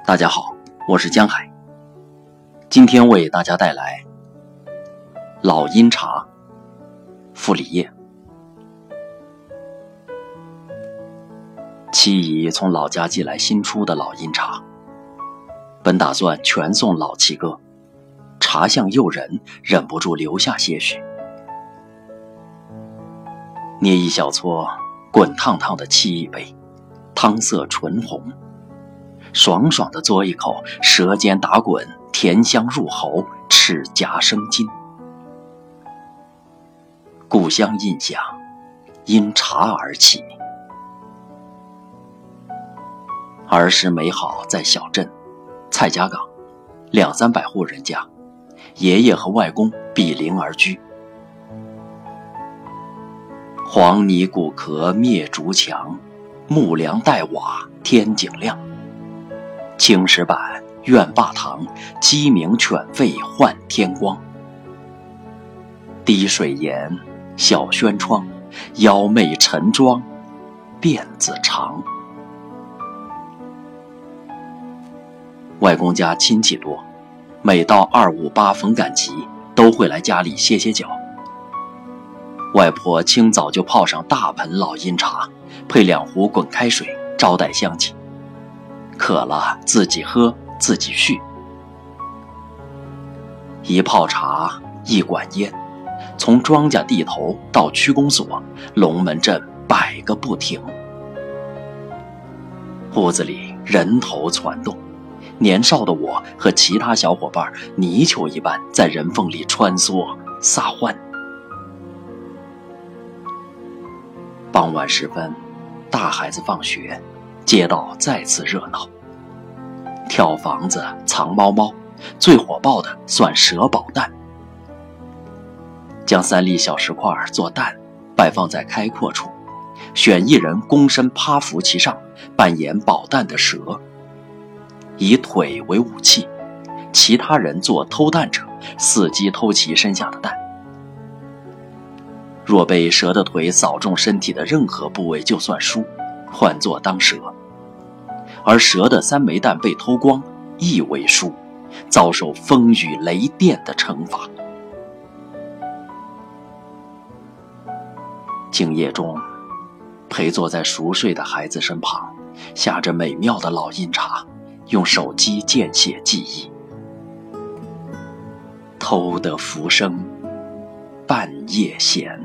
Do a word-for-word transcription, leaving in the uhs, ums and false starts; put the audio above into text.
大家好，我是江海，今天为大家带来老阴茶傅里叶。妻姨从老家寄来新出的老阴茶，本打算全送老七哥，茶香诱人，忍不住留下些许。捏一小撮滚烫烫的沏一杯，汤色醇红，爽爽地嘬一口，舌尖打滚，甜香入喉，齿颊生津。故乡印象因茶而起。儿时美好在小镇蔡家岗，两三百户人家，爷爷和外公毗邻而居。黄泥古壳灭竹墙，木梁带瓦天井亮。青石板院坝堂，鸡鸣犬吠唤天光。滴水檐小轩窗，妖媚晨妆辫子长。外公家亲戚多，每到二五八逢赶集，都会来家里歇歇脚。外婆清早就泡上大盆老阴茶，配两壶滚开水，招待乡亲。渴了自己喝，自己续。一泡茶，一管烟，从庄稼地头到区公所、龙门阵百个不停。屋子里人头攒动，年少的我和其他小伙伴泥鳅一般在人缝里穿梭撒欢。傍晚时分，大孩子放学，街道再次热闹。跳房子、藏猫猫，最火爆的算蛇宝蛋。将三粒小石块做蛋，摆放在开阔处，选一人躬身趴伏其上，扮演宝蛋的蛇，以腿为武器，其他人做偷蛋者，伺机偷其身下的蛋。若被蛇的腿扫中身体的任何部位就算输，换作当蛇。而蛇的三枚蛋被偷光，亦为输，遭受风雨雷电的惩罚。静夜中，陪坐在熟睡的孩子身旁，下着美妙的老阴茶，用手机见写记忆。偷得浮生半夜闲。